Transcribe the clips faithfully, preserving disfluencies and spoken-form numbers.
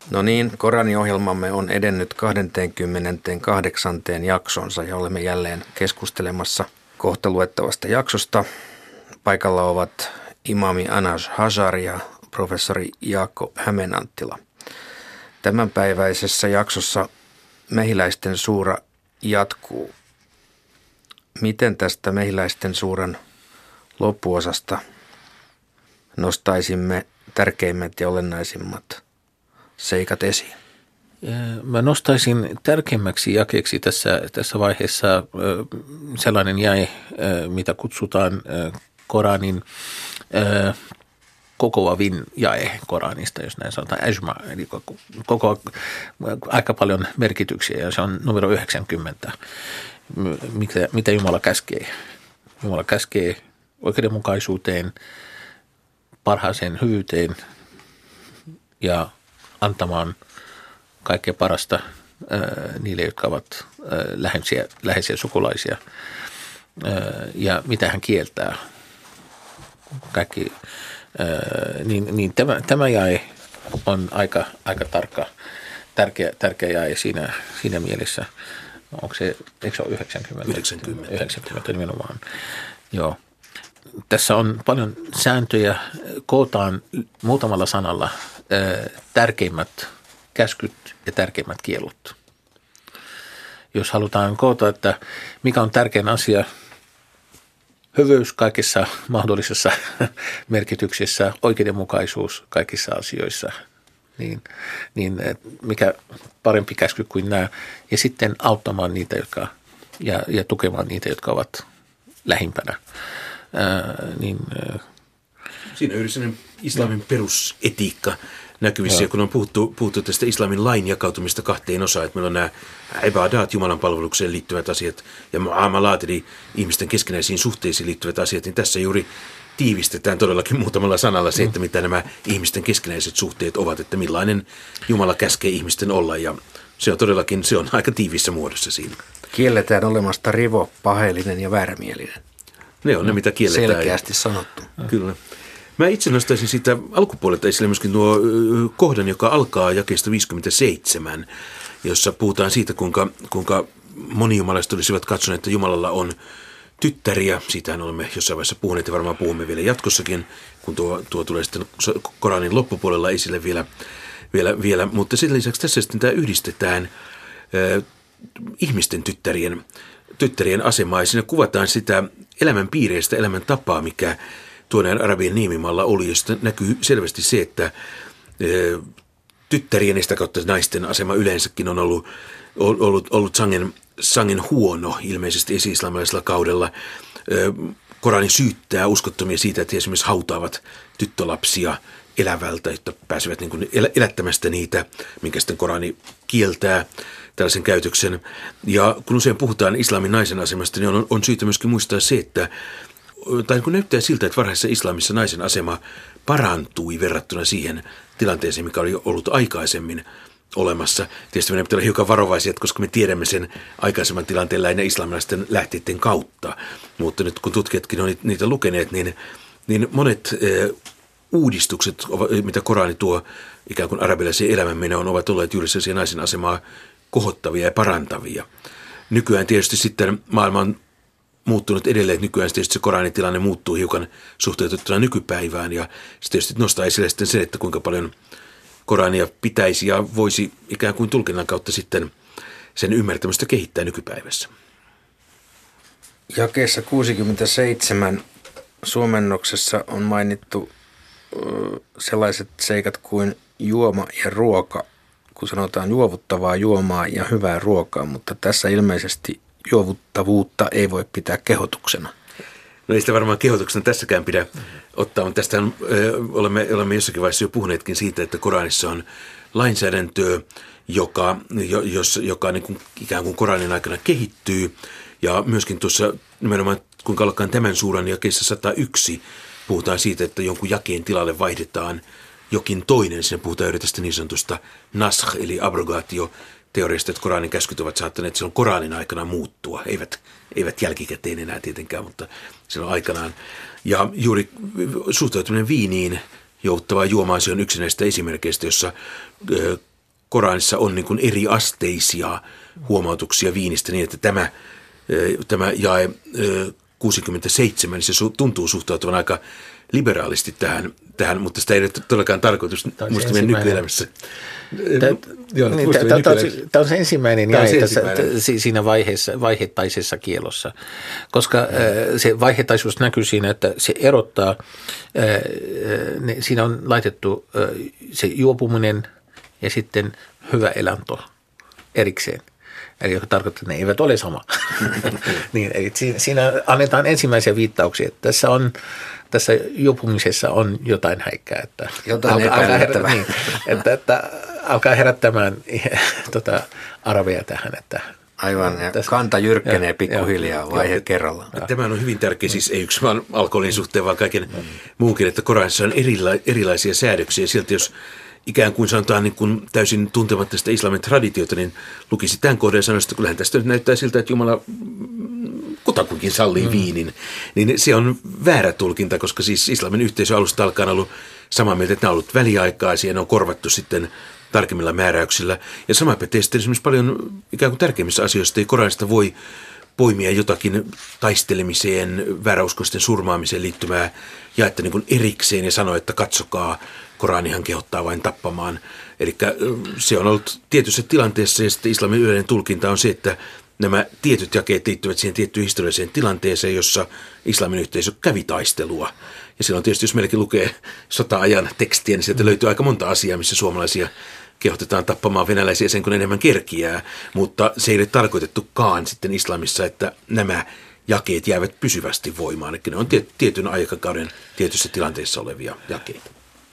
No niin, Korani-ohjelmamme on edennyt kaksikymmentäkahdeksan jaksonsa ja olemme jälleen keskustelemassa kohta luettavasta jaksosta. Paikalla ovat imami Anas Hajar ja professori Jaakko Hämeenanttila. Tämänpäiväisessä jaksossa Mehiläisten suura jatkuu. Miten tästä Mehiläisten suuran loppuosasta nostaisimme tärkeimmät ja olennaisimmat seikat esiin? Mä nostaisin tärkeimmäksi jakeeksi tässä, tässä vaiheessa sellainen jae, mitä kutsutaan Koranin kokoavin jae Koranista, jos näin sanotaan, ajma, eli koko, koko, aika paljon merkityksiä, ja se on numero yhdeksänkymmentä, mitä, mitä Jumala käskee. Jumala käskee oikeudenmukaisuuteen, parhaaseen hyvyyteen ja antamaan kaikkea parasta ää, niille, jotka ovat ää, läheisiä, läheisiä sukulaisia. Ää, ja mitä hän kieltää. Kaikki, ää, niin, niin tämä, tämä jae on aika, aika tarkka, tärkeä, tärkeä jae siinä, siinä mielessä. Onko se, eikö se ole yhdeksänkymmentä? yhdeksänkymmentä. yhdeksänkymmentä nimenomaan. Joo. Tässä on paljon sääntöjä, kootaan muutamalla sanalla tärkeimmät käskyt ja tärkeimmät kiellot. Jos halutaan koota, että mikä on tärkein asia, hyvyys kaikissa mahdollisissa merkityksissä, oikeudenmukaisuus kaikissa asioissa, niin, niin mikä parempi käsky kuin nämä. Ja sitten auttamaan niitä, jotka, ja, ja tukemaan niitä, jotka ovat lähimpänä. Ää, niin, Siinä on yhdessä islamin no. perusetiikka näkyvissä, ja kun on puhuttu, puhuttu tästä islamin lain jakautumista kahteen osaan, että meillä on nämä ibadat, Jumalan palvelukseen liittyvät asiat, ja muamalat, eli ihmisten keskinäisiin suhteisiin liittyvät asiat, niin tässä juuri tiivistetään todellakin muutamalla sanalla se, että mitä nämä ihmisten keskinäiset suhteet ovat, että millainen Jumala käskee ihmisten olla, ja se on todellakin, se on aika tiivissä muodossa siinä. Kielletään olemasta rivo, paheellinen ja väärämielinen. Ne on ne, mitä kielletään. Selkeästi sanottu. Kyllä. Mä itse nostaisin siitä alkupuolelta esille myöskin nuo kohdan, joka alkaa jakeesta viisikymmentäseitsemän, jossa puhutaan siitä, kuinka, kuinka monijumalaiset olisivat katsoneet, että Jumalalla on tyttäriä. Siitähän olemme jossain vaiheessa puhuneet ja varmaan puhumme vielä jatkossakin, kun tuo, tuo tulee sitten Koranin loppupuolella esille vielä. vielä, vielä. Mutta sen lisäksi tässä sitten tämä yhdistetään äh, ihmisten tyttärien, tyttärien asemaa, ja siinä kuvataan sitä elämän piireistä, elämän tapaa, mikä tuoneen Arabian niemimaalla oli, josta näkyy selvästi se, että tyttärien ja sitä kautta naisten asema yleensäkin on ollut, ollut, ollut sangen, sangen huono ilmeisesti esi-islamilaisella kaudella. Korani syyttää uskottomia siitä, että he esimerkiksi hautaavat tyttölapsia elävältä, jotta pääsevät niin kuin elättämästä niitä, minkä sitten Korani kieltää tällaisen käytöksen. Ja kun usein puhutaan islamin naisen asemasta, niin on, on syytä myöskin muistaa se, että tai kun näyttää siltä, että varhaisessa islamissa naisen asema parantui verrattuna siihen tilanteeseen, mikä oli ollut aikaisemmin olemassa. Tietysti meidän pitää olla hiukan varovaisia, koska me tiedämme sen aikaisemman tilanteen lähinnä islamilaisten lähteiden kautta. Mutta nyt kun tutkijatkin on niitä lukeneet, niin, niin monet e, uudistukset, mitä Korani tuo ikään kuin arabilaisen elämänmenoon, ovat olleet juuri sellaisia naisen asemaa kohottavia ja parantavia. Nykyään tietysti sitten maailma on muuttunut edelleen, että nykyään tietysti se Koranin tilanne muuttuu hiukan suhteutettuna nykypäivään, ja se tietysti nostaa esille sitten se, että kuinka paljon Korania pitäisi ja voisi ikään kuin tulkinnan kautta sitten sen ymmärtämistä kehittää nykypäivässä. Jakeessa kuusikymmentäseitsemän suomennoksessa on mainittu sellaiset seikat kuin juoma ja ruoka, kun sanotaan juovuttavaa juomaa ja hyvää ruokaa, mutta tässä ilmeisesti juovuttavuutta ei voi pitää kehotuksena. No ei sitä varmaan kehotuksena tässäkään pidä ottaa, mutta tästä olemme, olemme jossakin vaiheessa jo puhuneetkin siitä, että Koranissa on lainsäädäntöä, joka, jos, joka niin kuin, ikään kuin Koranin aikana kehittyy. Ja myöskin tuossa nimenomaan, kun alkaa tämän suuran jakeessa sata yksi, puhutaan siitä, että jonkun jakeen tilalle vaihdetaan jokin toinen. Siinä puhutaan juuri tästä niin sanotusta naskh, eli abrogaatio teoriasta, että Koranin käskyt ovat saattaneet silloin Koranin aikana muuttua. Eivät, eivät jälkikäteen enää tietenkään, mutta silloin aikanaan. Ja juuri suhtautuminen viiniin, jouttavaa juomaan, se on yksi näistä esimerkkeistä, jossa Koranissa on niin kuin eri asteisia huomautuksia viinistä niin, että tämä, tämä jae kuusikymmentäseitsemän, niin se tuntuu suhtautuvan aika liberaalisti tähän, tähän mutta sitä ei ole todellakaan tarkoitus muista meidän nykyelämässä. Tämä on se ensimmäinen jae tässä, siinä vaiheessa, vaiheittaisessa kielossa, koska se vaiheittaisuus näkyy siinä, että se erottaa, siinä on laitettu se juopuminen ja sitten hyvä elanto erikseen. Eli joka tarkoittaa, että ne eivät ole sama. niin, eli siinä annetaan ensimmäisiä viittauksia, että tässä, on, tässä juopumisessa on jotain häikkää. Että jotain alkaa, herättämään, niin, että, että alkaa herättämään tota, arabeja tähän. Että, aivan, ja tässä, kanta jyrkkenee ja, pikkuhiljaa vaihe kerrallaan. Tämä on hyvin tärkeä, siis ei yksi vaan alkoholin suhteen, vaan kaiken mm. muunkin, että Koranissa on erila- erilaisia säädöksiä. Sieltä jos ikään kuin sanotaan niin kuin täysin tuntematta sitä islamin traditiota, niin lukisi tämän kohdan ja sanoisi, että kyllähän tästä näyttää siltä, että Jumala kutakuinkin sallii mm. viinin. Niin se on väärä tulkinta, koska siis islamin yhteisö alusta alkaen on ollut samaa mieltä, että ne on ollut väliaikaisia ja ne on korvattu sitten tarkemmilla määräyksillä. Ja sama pätee sitten esimerkiksi paljon ikään kuin tärkeimmissä asioissa, ei Koranista voi poimia jotakin taistelemiseen, vääräuskoisten surmaamiseen liittyvää jaetta niin kuin erikseen ja sanoa, että katsokaa, Koranihan kehottaa vain tappamaan. Eli se on ollut tietyssä tilanteessa ja sitten islamin yleinen tulkinta on se, että nämä tietyt jakeet liittyvät siihen tiettyyn historialliseen tilanteeseen, jossa islamin yhteisö kävi taistelua. Ja silloin tietysti, jos meilläkin lukee sota-ajan tekstiä, niin sieltä löytyy aika monta asiaa, missä suomalaisia kehotetaan tappamaan venäläisiä sen kun enemmän kerkiää. Mutta se ei ole tarkoitettukaan sitten islamissa, että nämä jakeet jäävät pysyvästi voimaan. Eli ne on tietyn aikakauden tietyissä tilanteissa olevia jakeita.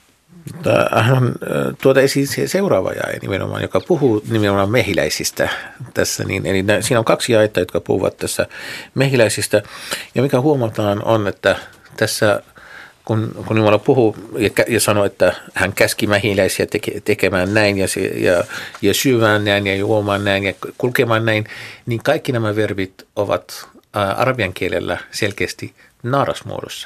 Hän on tuota esiin seuraava jae nimenomaan, joka puhuu nimenomaan mehiläisistä tässä. Niin, eli siinä on kaksi jaetta, jotka puhuvat tässä mehiläisistä. Ja mikä huomataan on, että tässä kun, kun Jumala puhuu ja, ja sanoo, että hän käski mehiläisiä teke, tekemään näin ja, ja, ja syömään näin ja juomaan näin ja kulkemaan näin, niin kaikki nämä verbit ovat ää, arabian kielellä selkeästi naarasmuodossa.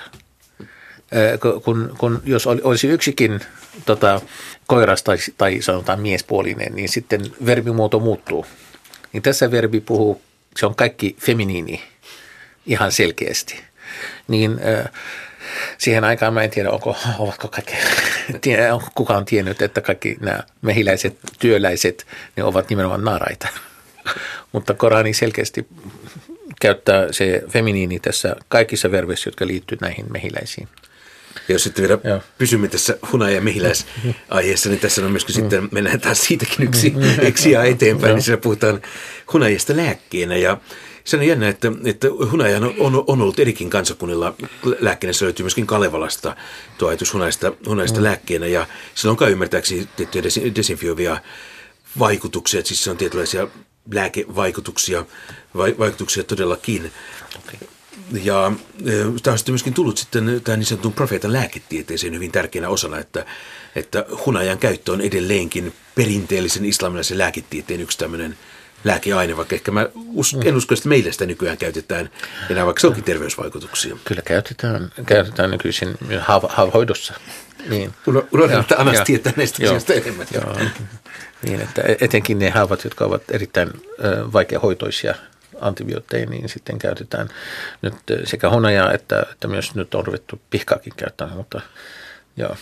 Kun, kun jos olisi yksikin tota, koiras tai, tai sanotaan miespuolinen, niin sitten verbimuoto muuttuu. Niin tässä verbi puhuu, se on kaikki feminiini ihan selkeästi. Niin äh, siihen aikaan mä en tiedä, onko, ovatko kaikki, onko kukaan tiennyt, että kaikki nämä mehiläiset, työläiset, ne ovat nimenomaan naaraita. Mutta Korani selkeästi käyttää se feminiini tässä kaikissa verbeissä, jotka liittyvät näihin mehiläisiin. Ja jos sitten vielä Joo. pysymme tässä hunaja- ja mehiläisaiheessa, niin tässä on myöskin mm. sitten, mennään taas siitäkin yksi eksijaa eteenpäin, niin siinä puhutaan hunajasta lääkkeenä. Ja se on jännä, että, että hunaja on, on ollut erikin kansakunnilla lääkkeenä. Se löytyy myöskin Kalevalasta tuo ajatus hunajasta, hunajasta mm. lääkkeenä. Ja sillä on kai ymmärtääkseni tiettyjä desinfioivia vaikutuksia, että siis se on tietynlaisia lääkevaikutuksia vaikutuksia todellakin. Okay. Ja tämä on sitten myöskin tullut sitten tämän niin sanotun profeetan lääketieteeseen hyvin tärkeänä osana, että, että hunajan käyttö on edelleenkin perinteellisen islamilaisen lääketieteen yksi tämmöinen lääkeaine, vaikka ehkä mä us- en usko, että meillä sitä nykyään käytetään enää, vaikka se onkin terveysvaikutuksia. Kyllä käytetään, käytetään nykyisin haava- haavoidossa. Niin. Unohdan, että Anas tietää näistä asioista enemmän. Joo. Niin, että etenkin ne haavat, jotka ovat erittäin vaikeahoitoisia antibiootteja, niin sitten käytetään nyt sekä hunajaa että, että myös nyt on ruvettu pihkaakin käyttämään, mutta joo.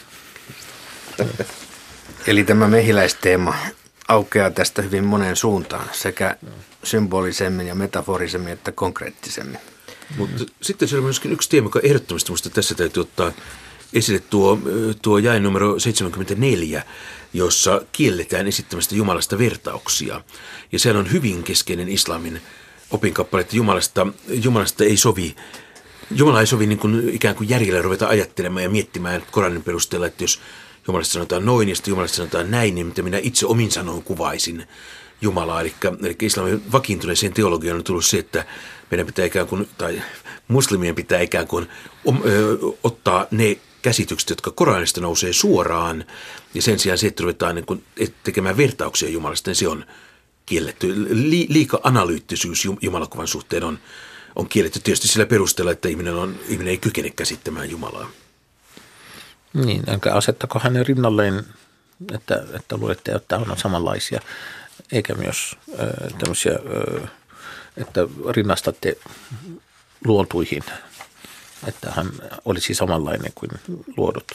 Eli tämä mehiläisteema aukeaa tästä hyvin moneen suuntaan, sekä symbolisemmin ja metaforisemmin että konkreettisemmin. Mutta sitten se on myöskin yksi teema, joka ehdottomasti minusta tässä täytyy ottaa esille tuo, tuo jae numero seitsemänkymmentäneljä, jossa kielletään esittämästä Jumalasta vertauksia. Ja sehän on hyvin keskeinen islamin opinkappale, että Jumalasta, Jumalasta ei sovi, Jumala ei sovi niin kuin ikään kuin järjellä ruveta ajattelemaan ja miettimään Koranin perusteella, että jos Jumalasta sanotaan noin ja sitten Jumalasta sanotaan näin, niin mitä minä itse omin sanoin kuvaisin Jumalaa. Eli, eli islamin vakiintuneeseen teologiaan on tullut se, että meidän pitää ikään kuin, tai muslimien pitää ikään kuin om, ö, ottaa ne käsitykset, jotka Koranista nousee suoraan, ja sen sijaan se, että ruvetaan niin kuin tekemään vertauksia Jumalasta, niin se on kielletty. Li, liika analyyttisyys Jumalakuvan suhteen on, on kielletty tietysti sillä perusteella, että ihminen, on, ihminen ei kykene käsittämään Jumalaa. Niin, enkä asettako hänen rinnalleen että, että luulette, että on samanlaisia, eikä myös äh, tämmöisiä, äh, että rinnastatte luontuihin, että hän olisi samanlainen kuin luodut.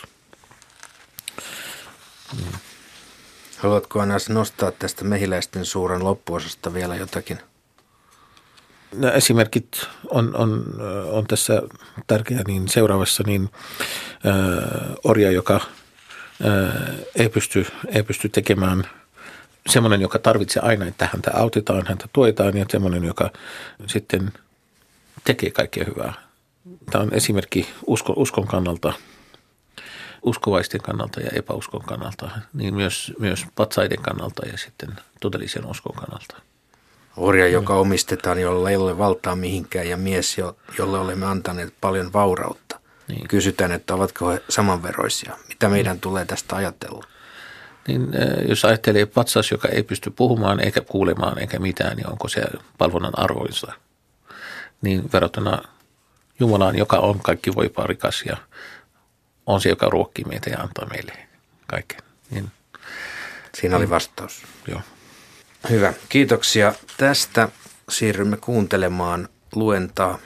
Mm. Haluatko Anas nostaa tästä Mehiläisten suuren loppuosasta vielä jotakin? No, esimerkit on, on, on tässä tärkeä, niin seuraavassa niin äh, orja, joka äh, ei, pysty, ei pysty tekemään, semmoinen, joka tarvitsee aina, että häntä autetaan, häntä tuetaan, ja semmoinen, joka sitten tekee kaikkea hyvää. Tämä on esimerkki uskon, uskon kannalta, uskovaisten kannalta ja epäuskon kannalta, niin myös, myös patsaiden kannalta ja sitten todellisen uskon kannalta. Orja, joka omistetaan, jolla ei ole valtaa mihinkään, ja mies, jolle olemme antaneet paljon vaurautta. Niin. Kysytään, että ovatko he samanveroisia. Mitä meidän mm. tulee tästä ajatella? Niin, jos ajattelee patsas, joka ei pysty puhumaan eikä kuulemaan eikä mitään, niin onko se palvonnan arvoista? Niin verrattuna Jumalaan, joka on kaikki voipaa rikas ja on se, joka ruokkii meitä ja antaa meille kaiken. Niin, Siinä oli vastaus. Joo. Hyvä. Kiitoksia tästä. Siirrymme kuuntelemaan luentaa.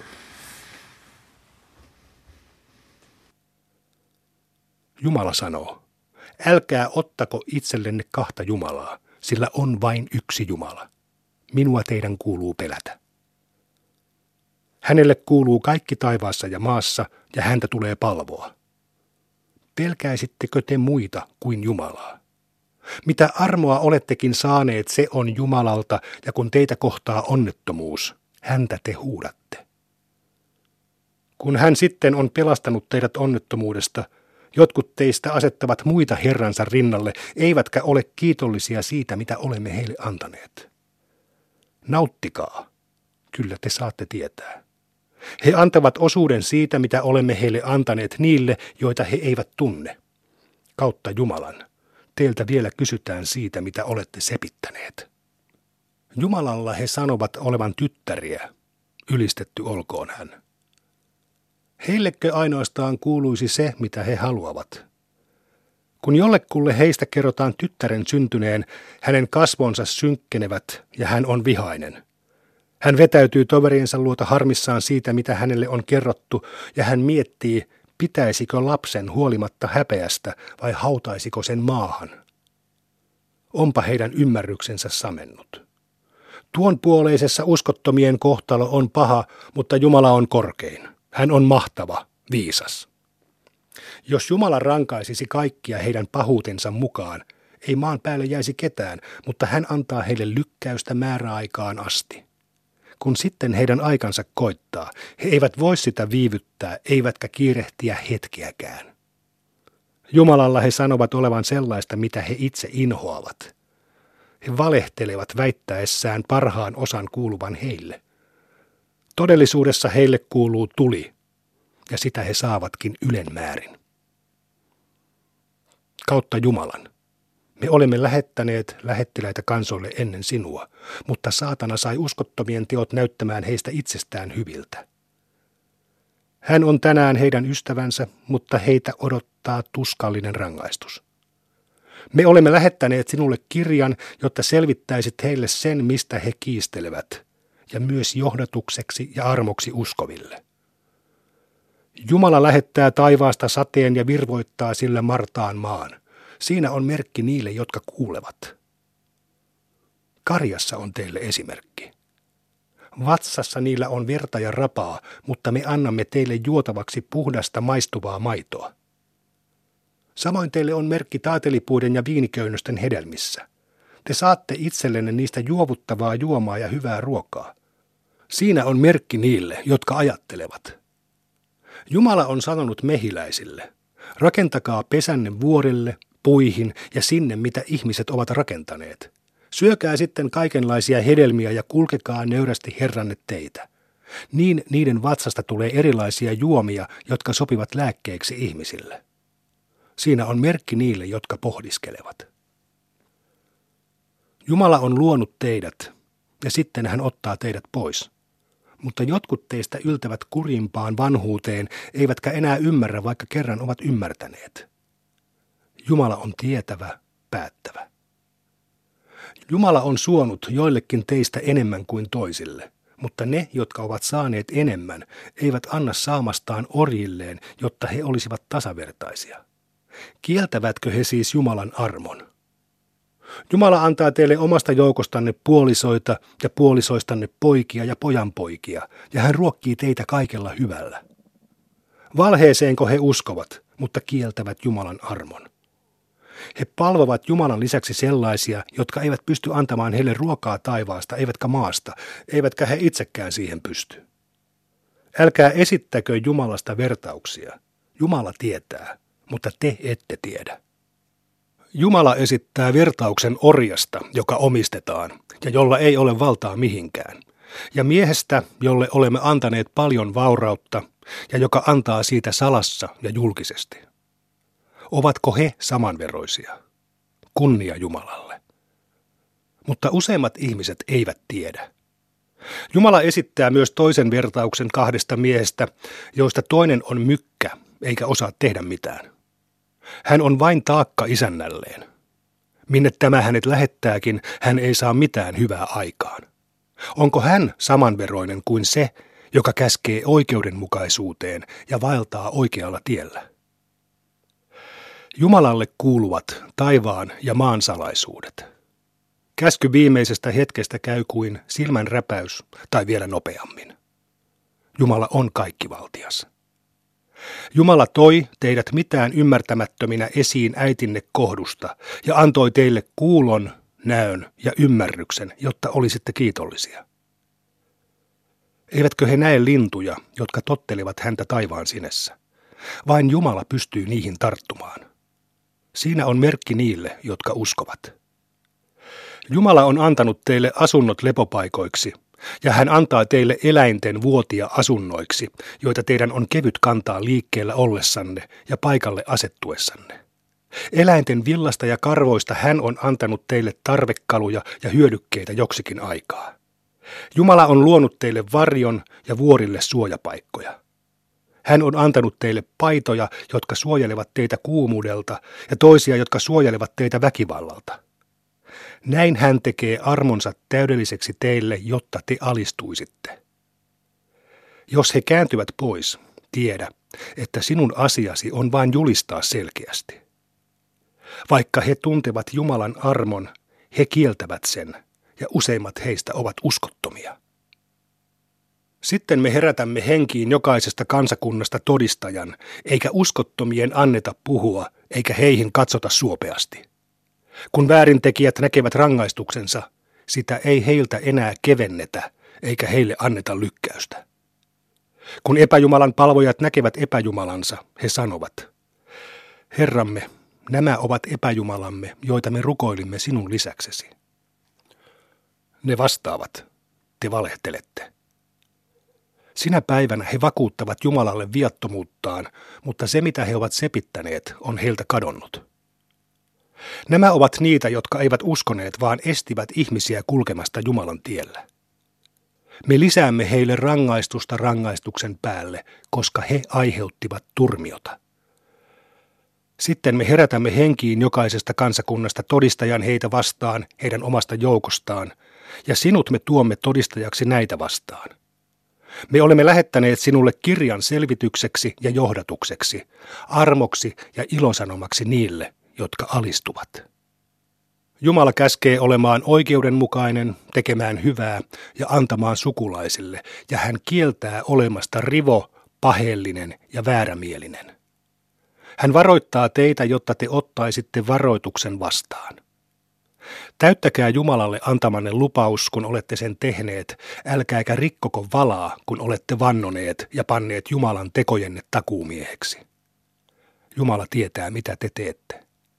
Jumala sanoo, älkää ottako itsellenne kahta Jumalaa, sillä on vain yksi Jumala. Minua teidän kuuluu pelätä. Hänelle kuuluu kaikki taivaassa ja maassa, ja häntä tulee palvoa. Pelkäisittekö te muita kuin Jumalaa? Mitä armoa olettekin saaneet, se on Jumalalta, ja kun teitä kohtaa onnettomuus, häntä te huudatte. Kun hän sitten on pelastanut teidät onnettomuudesta, jotkut teistä asettavat muita Herransa rinnalle, eivätkä ole kiitollisia siitä, mitä olemme heille antaneet. Nauttikaa, kyllä te saatte tietää. He antavat osuuden siitä, mitä olemme heille antaneet niille, joita he eivät tunne. Kautta Jumalan. Teiltä vielä kysytään siitä, mitä olette sepittäneet. Jumalalla he sanovat olevan tyttäriä. Ylistetty olkoon hän. Heillekö ainoastaan kuuluisi se, mitä he haluavat? Kun jollekulle heistä kerrotaan tyttären syntyneen, hänen kasvonsa synkkenevät ja hän on vihainen. Hän vetäytyy toveriensa luota harmissaan siitä, mitä hänelle on kerrottu, ja hän miettii, pitäisikö lapsen huolimatta häpeästä vai hautaisiko sen maahan. Onpa heidän ymmärryksensä samennut. Tuon puoleisessa uskottomien kohtalo on paha, mutta Jumala on korkein. Hän on mahtava, viisas. Jos Jumala rankaisisi kaikkia heidän pahuutensa mukaan, ei maan päälle jäisi ketään, mutta hän antaa heille lykkäystä määräaikaan asti. Kun sitten heidän aikansa koittaa, he eivät voi sitä viivyttää, eivätkä kiirehtiä hetkeäkään. Jumalalla he sanovat olevan sellaista, mitä he itse inhoavat. He valehtelevat väittäessään parhaan osan kuuluvan heille. Todellisuudessa heille kuuluu tuli, ja sitä he saavatkin ylenmäärin. Kautta Jumalan. Me olemme lähettäneet lähettiläitä kansoille ennen sinua, mutta saatana sai uskottomien teot näyttämään heistä itsestään hyviltä. Hän on tänään heidän ystävänsä, mutta heitä odottaa tuskallinen rangaistus. Me olemme lähettäneet sinulle kirjan, jotta selvittäisit heille sen, mistä he kiistelevät, ja myös johdatukseksi ja armoksi uskoville. Jumala lähettää taivaasta sateen ja virvoittaa sillä Martaan maan. Siinä on merkki niille, jotka kuulevat. Karjassa on teille esimerkki. Vatsassa niillä on verta ja rapaa, mutta me annamme teille juotavaksi puhdasta maistuvaa maitoa. Samoin teille on merkki taatelipuiden ja viiniköynnösten hedelmissä. Te saatte itsellenne niistä juovuttavaa juomaa ja hyvää ruokaa. Siinä on merkki niille, jotka ajattelevat. Jumala on sanonut mehiläisille, rakentakaa pesänne vuorille, puihin ja sinne, mitä ihmiset ovat rakentaneet. Syökää sitten kaikenlaisia hedelmiä ja kulkekaa nöyrästi Herranne teitä. Niin niiden vatsasta tulee erilaisia juomia, jotka sopivat lääkkeeksi ihmisille. Siinä on merkki niille, jotka pohdiskelevat. Jumala on luonut teidät, ja sitten hän ottaa teidät pois. Mutta jotkut teistä yltävät kurjimpaan vanhuuteen, eivätkä enää ymmärrä, vaikka kerran ovat ymmärtäneet. Jumala on tietävä, päättävä. Jumala on suonut joillekin teistä enemmän kuin toisille, mutta ne, jotka ovat saaneet enemmän, eivät anna saamastaan orjilleen, jotta he olisivat tasavertaisia. Kieltävätkö he siis Jumalan armon? Jumala antaa teille omasta joukostanne puolisoita ja puolisoistanne poikia ja pojanpoikia, ja hän ruokkii teitä kaikella hyvällä. Valheeseenko he uskovat, mutta kieltävät Jumalan armon? He palvovat Jumalan lisäksi sellaisia, jotka eivät pysty antamaan heille ruokaa taivaasta, eivätkä maasta, eivätkä he itsekään siihen pysty. Älkää esittäkö Jumalasta vertauksia. Jumala tietää, mutta te ette tiedä. Jumala esittää vertauksen orjasta, joka omistetaan ja jolla ei ole valtaa mihinkään, ja miehestä, jolle olemme antaneet paljon vaurautta ja joka antaa siitä salassa ja julkisesti. Ovatko he samanveroisia? Kunnia Jumalalle. Mutta useimmat ihmiset eivät tiedä. Jumala esittää myös toisen vertauksen kahdesta miehestä, joista toinen on mykkä eikä osaa tehdä mitään. Hän on vain taakka isännälleen. Minne tämä hänet lähettääkin, hän ei saa mitään hyvää aikaan. Onko hän samanveroinen kuin se, joka käskee oikeudenmukaisuuteen ja vaeltaa oikealla tiellä? Jumalalle kuuluvat taivaan ja maan salaisuudet. Käsky viimeisestä hetkestä käy kuin silmän räpäys tai vielä nopeammin. Jumala on kaikkivaltias. Jumala toi teidät mitään ymmärtämättöminä esiin äitinne kohdusta ja antoi teille kuulon, näön ja ymmärryksen, jotta olisitte kiitollisia. Eivätkö he näe lintuja, jotka tottelevat häntä taivaan sinessä? Vain Jumala pystyy niihin tarttumaan. Siinä on merkki niille, jotka uskovat. Jumala on antanut teille asunnot lepopaikoiksi, ja hän antaa teille eläinten vuotia asunnoiksi, joita teidän on kevyt kantaa liikkeellä ollessanne ja paikalle asettuessanne. Eläinten villasta ja karvoista hän on antanut teille tarvekaluja ja hyödykkeitä joksikin aikaa. Jumala on luonut teille varjon ja vuorille suojapaikkoja. Hän on antanut teille paitoja, jotka suojelevat teitä kuumuudelta, ja toisia, jotka suojelevat teitä väkivallalta. Näin hän tekee armonsa täydelliseksi teille, jotta te alistuisitte. Jos he kääntyvät pois, tiedä, että sinun asiasi on vain julistaa selkeästi. Vaikka he tuntevat Jumalan armon, he kieltävät sen, ja useimmat heistä ovat uskottomia. Sitten me herätämme henkiin jokaisesta kansakunnasta todistajan, eikä uskottomien anneta puhua, eikä heihin katsota suopeasti. Kun väärintekijät näkevät rangaistuksensa, sitä ei heiltä enää kevennetä, eikä heille anneta lykkäystä. Kun epäjumalan palvojat näkevät epäjumalansa, he sanovat, Herramme, nämä ovat epäjumalamme, joita me rukoilimme sinun lisäksesi. Ne vastaavat, te valehtelette. Sinä päivänä he vakuuttavat Jumalalle viattomuuttaan, mutta se mitä he ovat sepittäneet on heiltä kadonnut. Nämä ovat niitä, jotka eivät uskoneet, vaan estivät ihmisiä kulkemasta Jumalan tiellä. Me lisäämme heille rangaistusta rangaistuksen päälle, koska he aiheuttivat turmiota. Sitten me herätämme henkiin jokaisesta kansakunnasta todistajan heitä vastaan, heidän omasta joukostaan, ja sinut me tuomme todistajaksi näitä vastaan. Me olemme lähettäneet sinulle kirjan selvitykseksi ja johdatukseksi, armoksi ja ilosanomaksi niille, jotka alistuvat. Jumala käskee olemaan oikeudenmukainen, tekemään hyvää ja antamaan sukulaisille, ja hän kieltää olemasta rivo, paheellinen ja väärämielinen. Hän varoittaa teitä, jotta te ottaisitte varoituksen vastaan. Täyttäkää Jumalalle antamanne lupaus, kun olette sen tehneet, älkääkä rikkoko valaa, kun olette vannoneet ja panneet Jumalan tekojenne takuumieheksi. Jumala tietää, mitä te teette.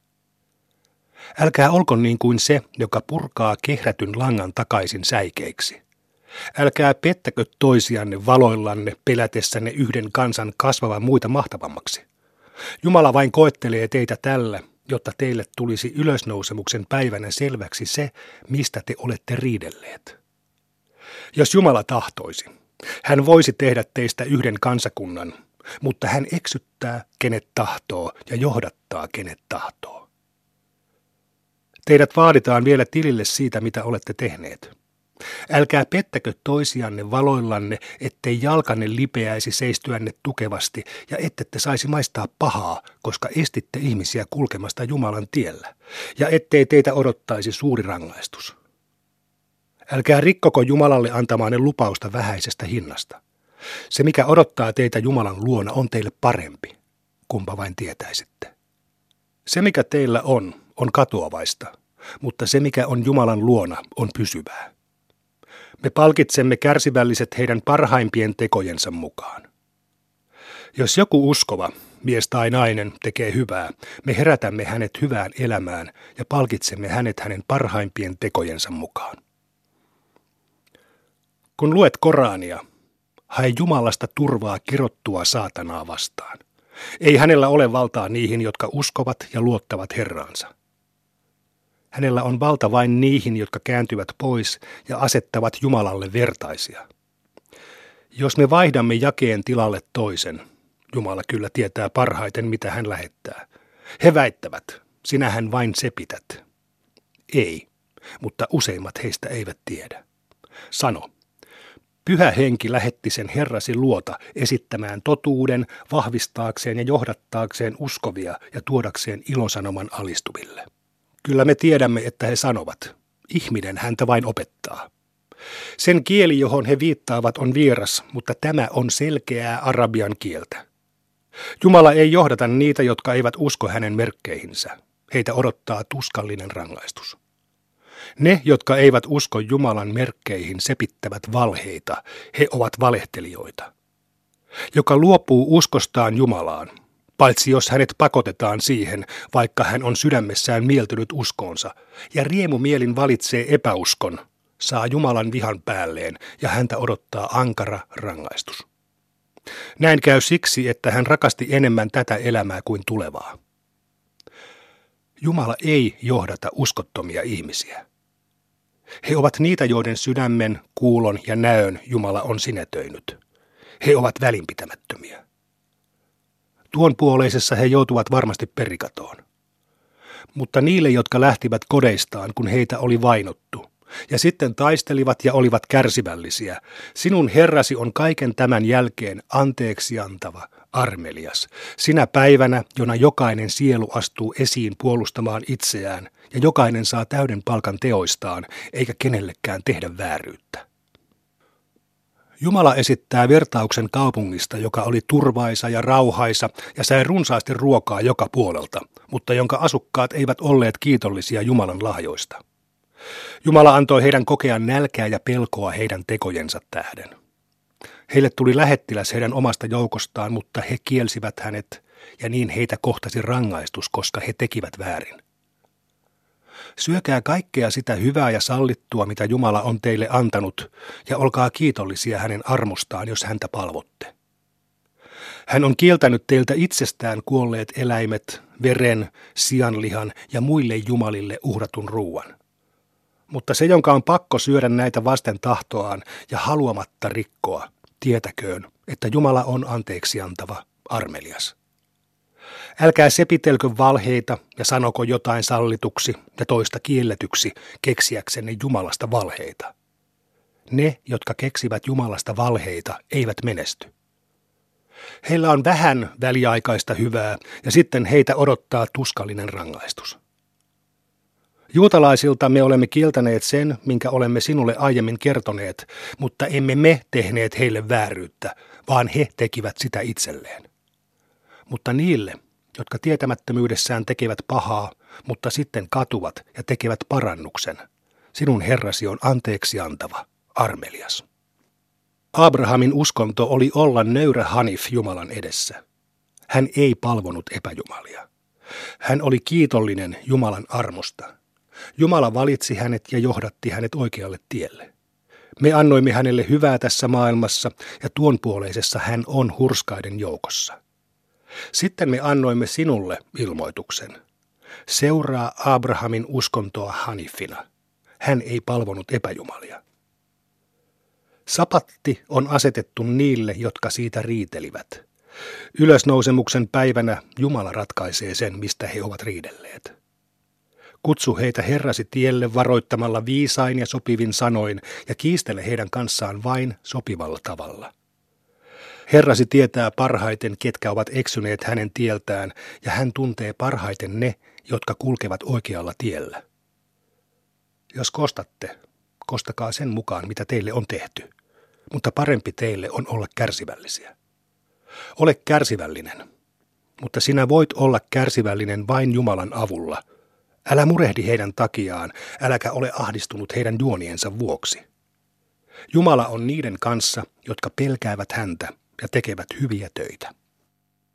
Älkää olko niin kuin se, joka purkaa kehrätyn langan takaisin säikeiksi. Älkää pettäkö toisianne valoillanne pelätessänne yhden kansan kasvavan muita mahtavammaksi. Jumala vain koettelee teitä tällä, jotta teille tulisi ylösnousemuksen päivänä selväksi se, mistä te olette riidelleet. Jos Jumala tahtoisi, hän voisi tehdä teistä yhden kansakunnan, mutta hän eksyttää, kenet tahtoo, ja johdattaa, kenet tahtoo. Teidät vaaditaan vielä tilille siitä, mitä olette tehneet. Älkää pettäkö toisianne valoillanne, ettei jalkanne lipeäisi seistyänne tukevasti ja ettette saisi maistaa pahaa, koska estitte ihmisiä kulkemasta Jumalan tiellä, ja ettei teitä odottaisi suuri rangaistus. Älkää rikkoko Jumalalle antamaanne lupausta vähäisestä hinnasta. Se, mikä odottaa teitä Jumalan luona, on teille parempi, kumpa vain tietäisitte. Se, mikä teillä on, on katoavaista, mutta se, mikä on Jumalan luona, on pysyvää. Me palkitsemme kärsivälliset heidän parhaimpien tekojensa mukaan. Jos joku uskova, mies tai nainen, tekee hyvää, me herätämme hänet hyvään elämään ja palkitsemme hänet hänen parhaimpien tekojensa mukaan. Kun luet Korania, hae Jumalasta turvaa kirottua saatanaa vastaan. Ei hänellä ole valtaa niihin, jotka uskovat ja luottavat Herraansa. Hänellä on valta vain niihin, jotka kääntyvät pois ja asettavat Jumalalle vertaisia. Jos me vaihdamme jakeen tilalle toisen, Jumala kyllä tietää parhaiten, mitä hän lähettää. He väittävät, sinähän vain sepität. Ei, mutta useimmat heistä eivät tiedä. Sano, Pyhä Henki lähetti sen Herrasi luota esittämään totuuden, vahvistaakseen ja johdattaakseen uskovia ja tuodakseen ilosanoman alistuville. Kyllä me tiedämme, että he sanovat, ihminen häntä vain opettaa. Sen kieli, johon he viittaavat, on vieras, mutta tämä on selkeää arabian kieltä. Jumala ei johdata niitä, jotka eivät usko hänen merkkeihinsä. Heitä odottaa tuskallinen rangaistus. Ne, jotka eivät usko Jumalan merkkeihin, sepittävät valheita. He ovat valehtelijoita. Joka luopuu uskostaan Jumalaan, paitsi jos hänet pakotetaan siihen, vaikka hän on sydämessään mieltynyt uskoonsa, ja riemumielin valitsee epäuskon, saa Jumalan vihan päälleen ja häntä odottaa ankara rangaistus. Näin käy siksi, että hän rakasti enemmän tätä elämää kuin tulevaa. Jumala ei johdata uskottomia ihmisiä. He ovat niitä, joiden sydämen, kuulon ja näön Jumala on sinetöinyt. He ovat välinpitämättömiä. Tuon puoleisessa he joutuvat varmasti perikatoon. Mutta niille, jotka lähtivät kodeistaan, kun heitä oli vainottu, ja sitten taistelivat ja olivat kärsivällisiä, sinun Herrasi on kaiken tämän jälkeen anteeksi antava, armelias, sinä päivänä, jona jokainen sielu astuu esiin puolustamaan itseään, ja jokainen saa täyden palkan teoistaan, eikä kenellekään tehdä vääryyttä. Jumala esittää vertauksen kaupungista, joka oli turvaisa ja rauhaisa ja sai runsaasti ruokaa joka puolelta, mutta jonka asukkaat eivät olleet kiitollisia Jumalan lahjoista. Jumala antoi heidän kokea nälkää ja pelkoa heidän tekojensa tähden. Heille tuli lähettiläs heidän omasta joukostaan, mutta he kielsivät hänet, ja niin heitä kohtasi rangaistus, koska he tekivät väärin. Syökää kaikkea sitä hyvää ja sallittua, mitä Jumala on teille antanut, ja olkaa kiitollisia hänen armostaan, jos häntä palvotte. Hän on kieltänyt teiltä itsestään kuolleet eläimet, veren, sianlihan ja muille jumalille uhratun ruuan. Mutta se, jonka on pakko syödä näitä vasten tahtoaan ja haluamatta rikkoa, tietäköön, että Jumala on anteeksi antava, armelias. Älkää sepitelkö valheita ja sanoko jotain sallituksi ja toista kielletyksi keksiäksenne Jumalasta valheita. Ne, jotka keksivät Jumalasta valheita, eivät menesty. Heillä on vähän väliaikaista hyvää ja sitten heitä odottaa tuskallinen rangaistus. Juutalaisilta me olemme kieltäneet sen, minkä olemme sinulle aiemmin kertoneet, mutta emme me tehneet heille vääryyttä, vaan he tekivät sitä itselleen. Mutta niille, jotka tietämättömyydessään tekevät pahaa, mutta sitten katuvat ja tekevät parannuksen, sinun Herrasi on anteeksi antava, armelias. Abrahamin uskonto oli olla nöyrä hanif Jumalan edessä. Hän ei palvonut epäjumalia. Hän oli kiitollinen Jumalan armosta. Jumala valitsi hänet ja johdatti hänet oikealle tielle. Me annoimme hänelle hyvää tässä maailmassa ja tuonpuoleisessa hän on hurskaiden joukossa. Sitten me annoimme sinulle ilmoituksen. Seuraa Abrahamin uskontoa hanifina. Hän ei palvonut epäjumalia. Sapatti on asetettu niille, jotka siitä riitelivät. Ylösnousemuksen päivänä Jumala ratkaisee sen, mistä he ovat riidelleet. Kutsu heitä Herrasi tielle varoittamalla viisain ja sopivin sanoin ja kiistele heidän kanssaan vain sopivalla tavalla. Herrasi tietää parhaiten, ketkä ovat eksyneet hänen tieltään, ja hän tuntee parhaiten ne, jotka kulkevat oikealla tiellä. Jos kostatte, kostakaa sen mukaan, mitä teille on tehty, mutta parempi teille on olla kärsivällisiä. Ole kärsivällinen, mutta sinä voit olla kärsivällinen vain Jumalan avulla. Älä murehdi heidän takiaan, äläkä ole ahdistunut heidän juoniensa vuoksi. Jumala on niiden kanssa, jotka pelkäävät häntä ja tekevät hyviä töitä.